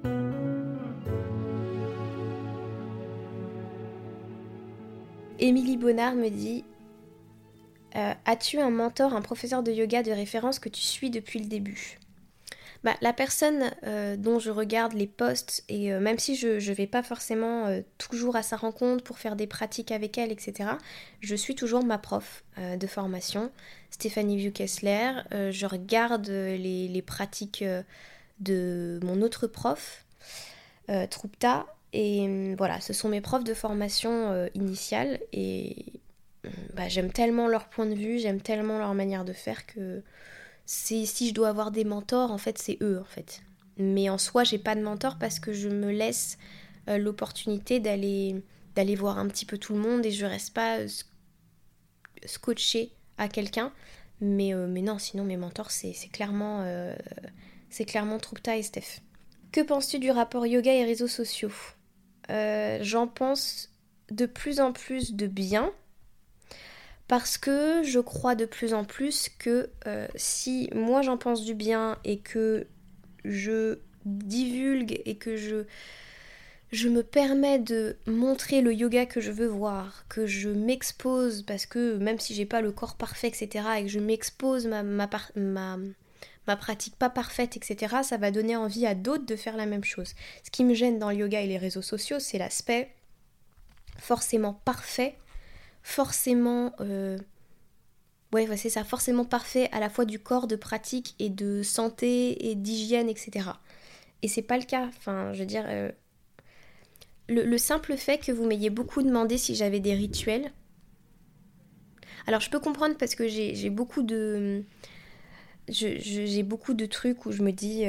Émilie Bonnard me dit as-tu un mentor, un professeur de yoga de référence que tu suis depuis le début ? La personne dont je regarde les posts, et même si je ne vais pas forcément toujours à sa rencontre pour faire des pratiques avec elle, etc., je suis toujours ma prof de formation, Stéphanie Vieux-Kessler. Je regarde les pratiques de mon autre prof, Troupta, et voilà, ce sont mes profs de formation initiale, et j'aime tellement leur point de vue, j'aime tellement leur manière de faire que... si je dois avoir des mentors, en fait, c'est eux, en fait. Mais en soi, j'ai pas de mentor parce que je me laisse l'opportunité d'aller d'aller voir un petit peu tout le monde et je reste pas scotchée à quelqu'un. Mais non, sinon mes mentors, c'est clairement Troupta et Steph. Que penses-tu du rapport yoga et réseaux sociaux ? J'en pense de plus en plus de bien, parce que je crois de plus en plus que si moi j'en pense du bien et que je divulgue et que je me permets de montrer le yoga que je veux voir, que je m'expose, parce que même si j'ai pas le corps parfait, etc., et que je m'expose ma pratique pas parfaite, etc., ça va donner envie à d'autres de faire la même chose. Ce qui me gêne dans le yoga et les réseaux sociaux, c'est l'aspect forcément parfait, forcément... c'est ça, forcément parfait à la fois du corps, de pratique et de santé et d'hygiène, etc. Et c'est pas le cas, enfin, je veux dire... Le simple fait que vous m'ayez beaucoup demandé si j'avais des rituels... Alors je peux comprendre parce que j'ai beaucoup de... J'ai beaucoup de trucs où je me dis...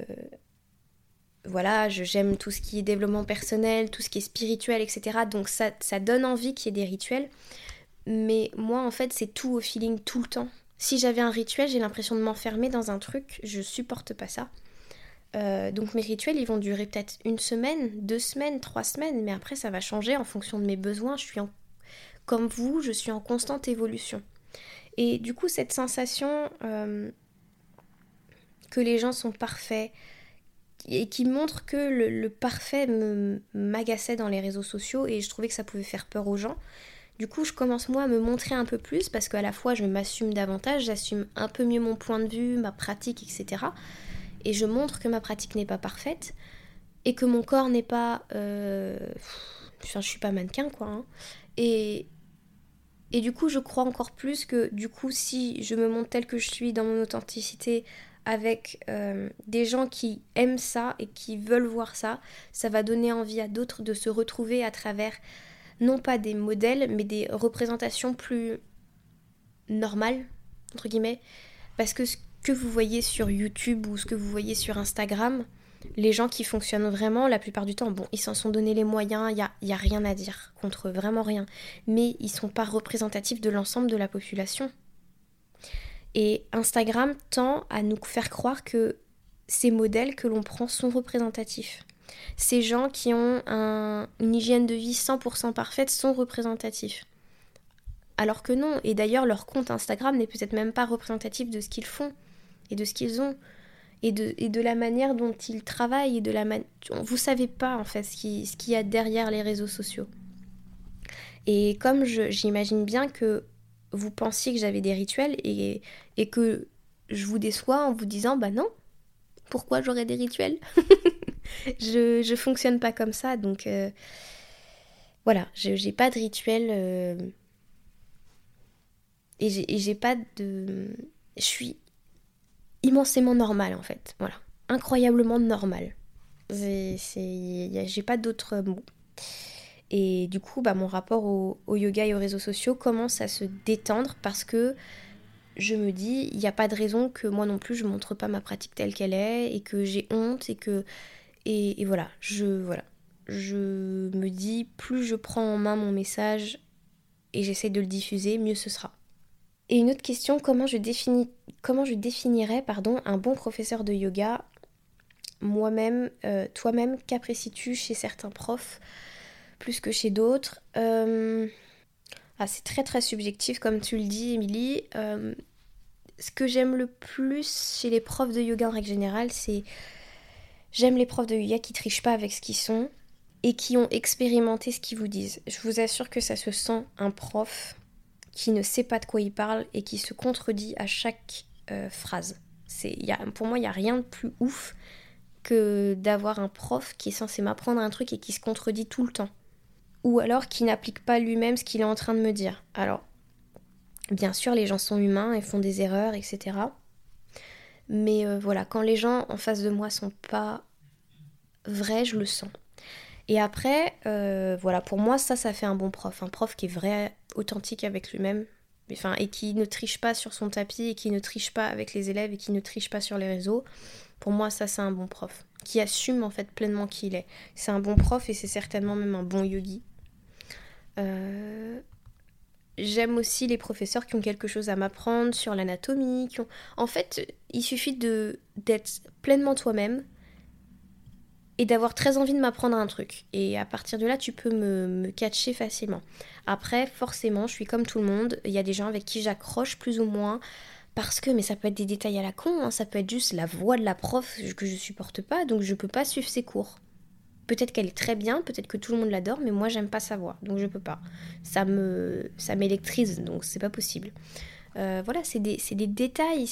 j'aime tout ce qui est développement personnel, tout ce qui est spirituel, etc. Donc ça donne envie qu'il y ait des rituels. Mais moi, en fait, c'est tout au feeling, tout le temps. Si j'avais un rituel, j'ai l'impression de m'enfermer dans un truc. Je supporte pas ça. Donc mes rituels, ils vont durer peut-être 1 semaine, 2 semaines, 3 semaines. Mais après, ça va changer en fonction de mes besoins. Comme vous, je suis en constante évolution. Et du coup, cette sensation que les gens sont parfaits et qui montre que le parfait m'agaçait dans les réseaux sociaux et je trouvais que ça pouvait faire peur aux gens. Du coup, je commence moi à me montrer un peu plus parce qu'à la fois, je m'assume davantage, j'assume un peu mieux mon point de vue, ma pratique, etc. Et je montre que ma pratique n'est pas parfaite et que mon corps n'est pas... je suis pas mannequin, quoi. Hein. Et du coup, je crois encore plus que, du coup, si je me montre telle que je suis dans mon authenticité avec des gens qui aiment ça et qui veulent voir ça, ça va donner envie à d'autres de se retrouver à travers... non pas des modèles, mais des représentations plus normales, entre guillemets. Parce que ce que vous voyez sur YouTube ou ce que vous voyez sur Instagram, les gens qui fonctionnent vraiment, la plupart du temps, bon, ils s'en sont donné les moyens, il y a rien à dire contre eux, vraiment rien. Mais ils sont pas représentatifs de l'ensemble de la population. Et Instagram tend à nous faire croire que ces modèles que l'on prend sont représentatifs. Ces gens qui ont une hygiène de vie 100% parfaite sont représentatifs. Alors que non, et d'ailleurs leur compte Instagram n'est peut-être même pas représentatif de ce qu'ils font et de ce qu'ils ont et de la manière dont ils travaillent et de la vous savez pas en fait ce qu'il y a derrière les réseaux sociaux. Et comme j'imagine bien que vous pensiez que j'avais des rituels et que je vous déçois en vous disant bah non, pourquoi j'aurais des rituels? Je fonctionne pas comme ça, donc voilà, j'ai pas de rituel et j'ai pas de... Je suis immensément normale en fait, voilà, incroyablement normale. J'ai pas d'autres mots. Et du coup, mon rapport au yoga et aux réseaux sociaux commence à se détendre parce que je me dis, il n'y a pas de raison que moi non plus je montre pas ma pratique telle qu'elle est et que j'ai honte et que... Et voilà, je me dis, plus je prends en main mon message et j'essaie de le diffuser, mieux ce sera. Et une autre question, comment je définirais un bon professeur de yoga ? Moi-même, toi-même, qu'apprécies-tu chez certains profs plus que chez d'autres ? C'est très très subjectif comme tu le dis, Émilie. Ce que j'aime le plus chez les profs de yoga en règle générale, c'est... J'aime les profs de yoga qui trichent pas avec ce qu'ils sont et qui ont expérimenté ce qu'ils vous disent. Je vous assure que ça se sent un prof qui ne sait pas de quoi il parle et qui se contredit à chaque phrase. Pour moi, il n'y a rien de plus ouf que d'avoir un prof qui est censé m'apprendre un truc et qui se contredit tout le temps. Ou alors qui n'applique pas lui-même ce qu'il est en train de me dire. Alors, bien sûr, les gens sont humains et font des erreurs, etc. Mais voilà, quand les gens en face de moi sont pas vrais, je le sens. Et après, pour moi, ça fait un bon prof. Un prof qui est vrai, authentique avec lui-même, et qui ne triche pas sur son tapis, et qui ne triche pas avec les élèves, et qui ne triche pas sur les réseaux. Pour moi, ça, c'est un bon prof. Qui assume, en fait, pleinement qui il est. C'est un bon prof, et c'est certainement même un bon yogi. J'aime aussi les professeurs qui ont quelque chose à m'apprendre sur l'anatomie. En fait, il suffit d'être pleinement toi-même et d'avoir très envie de m'apprendre un truc. Et à partir de là, tu peux me catcher facilement. Après, forcément, je suis comme tout le monde. Il y a des gens avec qui j'accroche plus ou moins. Parce que, mais ça peut être des détails à la con, hein, ça peut être juste la voix de la prof que je supporte pas, donc je peux pas suivre ses cours. Peut-être qu'elle est très bien, peut-être que tout le monde l'adore, mais moi j'aime pas sa voix, donc je peux pas. Ça m'électrise, donc c'est pas possible. Voilà, c'est des détails,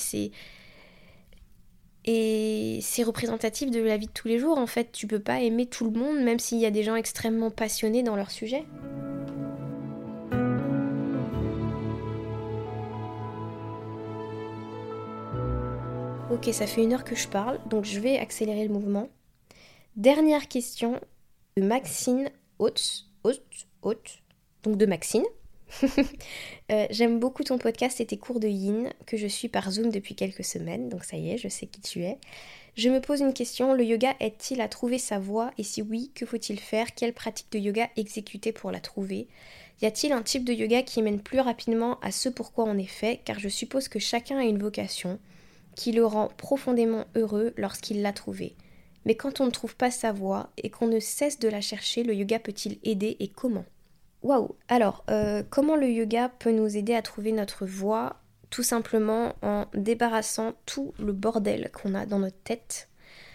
et c'est représentatif de la vie de tous les jours. En fait, tu peux pas aimer tout le monde, même s'il y a des gens extrêmement passionnés dans leur sujet. Ok, ça fait 1 heure que je parle, donc je vais accélérer le mouvement. Dernière question de Maxine Haute, donc de Maxine. J'aime beaucoup ton podcast et tes cours de yin que je suis par Zoom depuis quelques semaines, donc ça y est, je sais qui tu es. Je me pose une question, le yoga aide-t-il à trouver sa voie et si oui, que faut-il faire? Quelle pratique de yoga exécuter pour la trouver? Y a-t-il un type de yoga qui mène plus rapidement à ce pourquoi on est fait? Car je suppose que chacun a une vocation qui le rend profondément heureux lorsqu'il l'a trouvée. Mais quand on ne trouve pas sa voie et qu'on ne cesse de la chercher, le yoga peut-il aider et comment? Waouh! Alors, comment le yoga peut nous aider à trouver notre voie? Tout simplement en débarrassant tout le bordel qu'on a dans notre tête,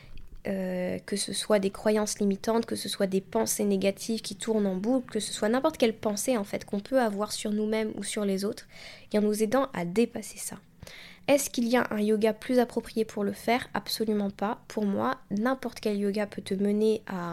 que ce soit des croyances limitantes, que ce soit des pensées négatives qui tournent en boucle, que ce soit n'importe quelle pensée en fait qu'on peut avoir sur nous-mêmes ou sur les autres, et en nous aidant à dépasser ça. Est-ce qu'il y a un yoga plus approprié pour le faire? Absolument pas. Pour moi, n'importe quel yoga peut te mener à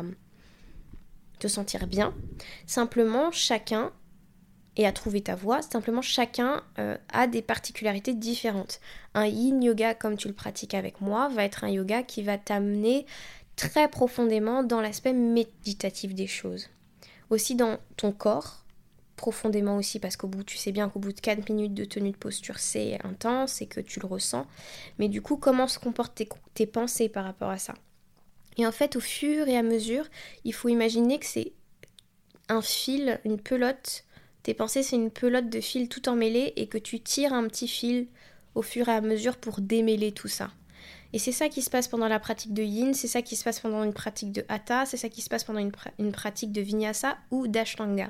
te sentir bien. Simplement, chacun, et à trouver ta voie, simplement chacun a des particularités différentes. Un yin yoga, comme tu le pratiques avec moi, va être un yoga qui va t'amener très profondément dans l'aspect méditatif des choses. Aussi dans ton corps, profondément aussi, parce tu sais bien qu'au bout de 4 minutes de tenue de posture, c'est intense et que tu le ressens. Mais du coup, comment se comportent tes pensées par rapport à ça? Et en fait, au fur et à mesure, il faut imaginer que c'est un fil, une pelote. Tes pensées, c'est une pelote de fil tout emmêlé et que tu tires un petit fil au fur et à mesure pour démêler tout ça. Et c'est ça qui se passe pendant la pratique de yin, c'est ça qui se passe pendant une pratique de hatha, c'est ça qui se passe pendant une pratique de vinyasa ou d'ashtanga.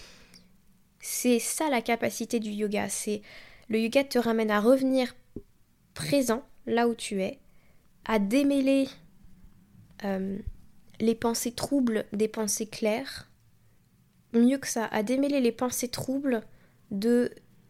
C'est ça la capacité du yoga. Le yoga te ramène à revenir présent, là où tu es, à démêler les pensées troubles des pensées claires. Mieux que ça, à démêler les pensées troubles de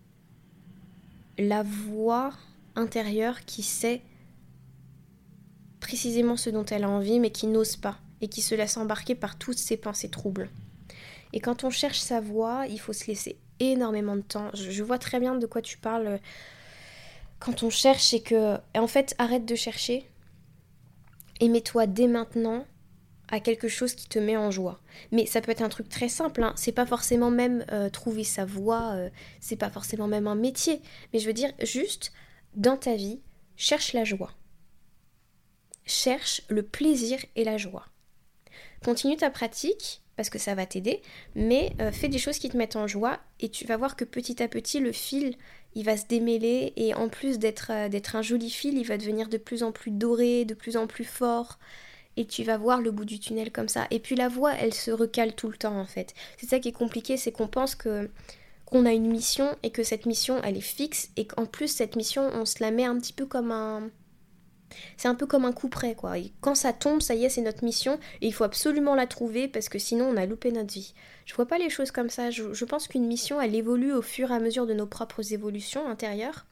la voix intérieure qui sait précisément ce dont elle a envie mais qui n'ose pas et qui se laisse embarquer par toutes ces pensées troubles. Et quand on cherche sa voie, il faut se laisser énormément de temps. Je vois très bien de quoi tu parles quand on cherche et que... En fait, arrête de chercher et mets-toi dès maintenant à quelque chose qui te met en joie. Mais ça peut être un truc très simple, hein. C'est pas forcément même trouver sa voie, c'est pas forcément même un métier. Mais je veux dire, juste, dans ta vie, cherche la joie. Cherche le plaisir et la joie. Continue ta pratique, parce que ça va t'aider, mais fais des choses qui te mettent en joie et tu vas voir que petit à petit, le fil, il va se démêler et en plus d'être un joli fil, il va devenir de plus en plus doré, de plus en plus fort et tu vas voir le bout du tunnel comme ça. Et puis la voix, elle se recale tout le temps en fait. C'est ça qui est compliqué, c'est qu'on pense qu'on a une mission et que cette mission, elle est fixe et qu'en plus, cette mission, on se la met un petit peu comme un... C'est un peu comme un coup près, quoi. Et quand ça tombe, ça y est, c'est notre mission et il faut absolument la trouver parce que sinon on a loupé notre vie. Je vois pas les choses comme ça. Je pense qu'une mission, elle évolue au fur et à mesure de nos propres évolutions intérieures.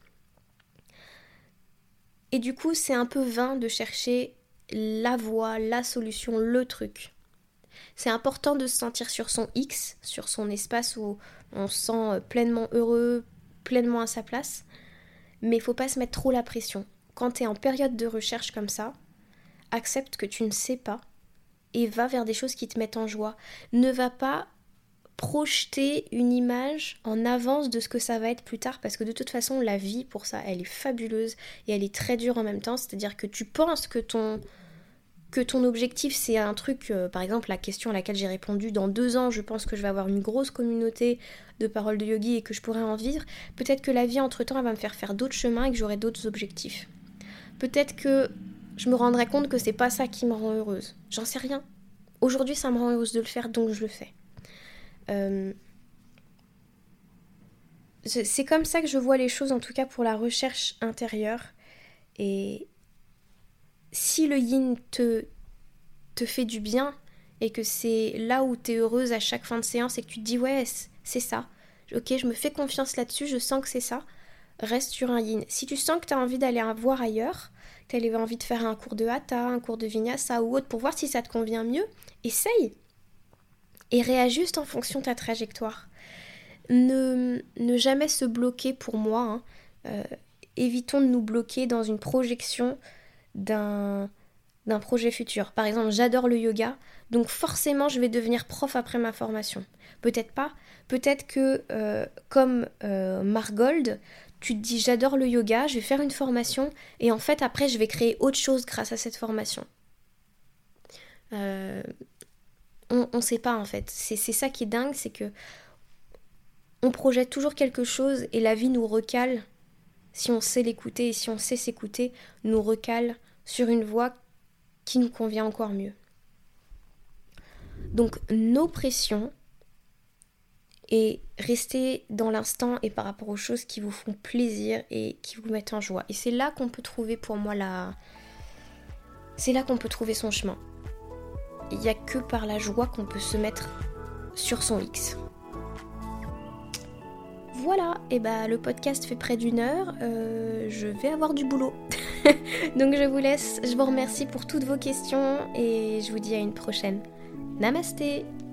Et du coup, c'est un peu vain de chercher la voie, la solution, le truc. C'est important de se sentir sur son X, sur son espace où on se sent pleinement heureux, pleinement à sa place. Mais il faut pas se mettre trop la pression. Quand tu es en période de recherche comme ça, accepte que tu ne sais pas et va vers des choses qui te mettent en joie. Ne va pas projeter une image en avance de ce que ça va être plus tard parce que de toute façon, la vie, pour ça, elle est fabuleuse et elle est très dure en même temps. C'est-à-dire que tu penses que que ton objectif c'est un truc, par exemple la question à laquelle j'ai répondu, dans 2 ans je pense que je vais avoir une grosse communauté de paroles de yogi et que je pourrai en vivre, peut-être que la vie entre temps elle va me faire d'autres chemins et que j'aurai d'autres objectifs. Peut-être que je me rendrai compte que c'est pas ça qui me rend heureuse, j'en sais rien. Aujourd'hui ça me rend heureuse de le faire donc je le fais. C'est comme ça que je vois les choses, en tout cas pour la recherche intérieure. Et si le yin te fait du bien et que c'est là où t'es heureuse à chaque fin de séance et que tu te dis ouais c'est ça, ok je me fais confiance là-dessus, je sens que c'est ça, reste sur un yin. Si tu sens que t'as envie d'aller voir ailleurs, que t'as envie de faire un cours de hatha, un cours de vinyasa ou autre pour voir si ça te convient mieux, essaye et réajuste en fonction de ta trajectoire. Ne jamais se bloquer pour moi, évitons de nous bloquer dans une projection d'un projet futur. Par exemple, j'adore le yoga, donc forcément je vais devenir prof après ma formation. Peut-être pas, peut-être que comme Margold, tu te dis j'adore le yoga, je vais faire une formation et en fait après je vais créer autre chose grâce à cette formation. On sait pas en fait, c'est ça qui est dingue, c'est que on projette toujours quelque chose et la vie nous recale, si on sait l'écouter et si on sait s'écouter, nous recale sur une voie qui nous convient encore mieux. Donc nos pressions et restez dans l'instant et par rapport aux choses qui vous font plaisir et qui vous mettent en joie. Et c'est là qu'on peut trouver pour moi c'est là qu'on peut trouver son chemin. Il n'y a que par la joie qu'on peut se mettre sur son X. Voilà, et le podcast fait près d'1 heure, je vais avoir du boulot. Donc je vous laisse, je vous remercie pour toutes vos questions et je vous dis à une prochaine. Namasté!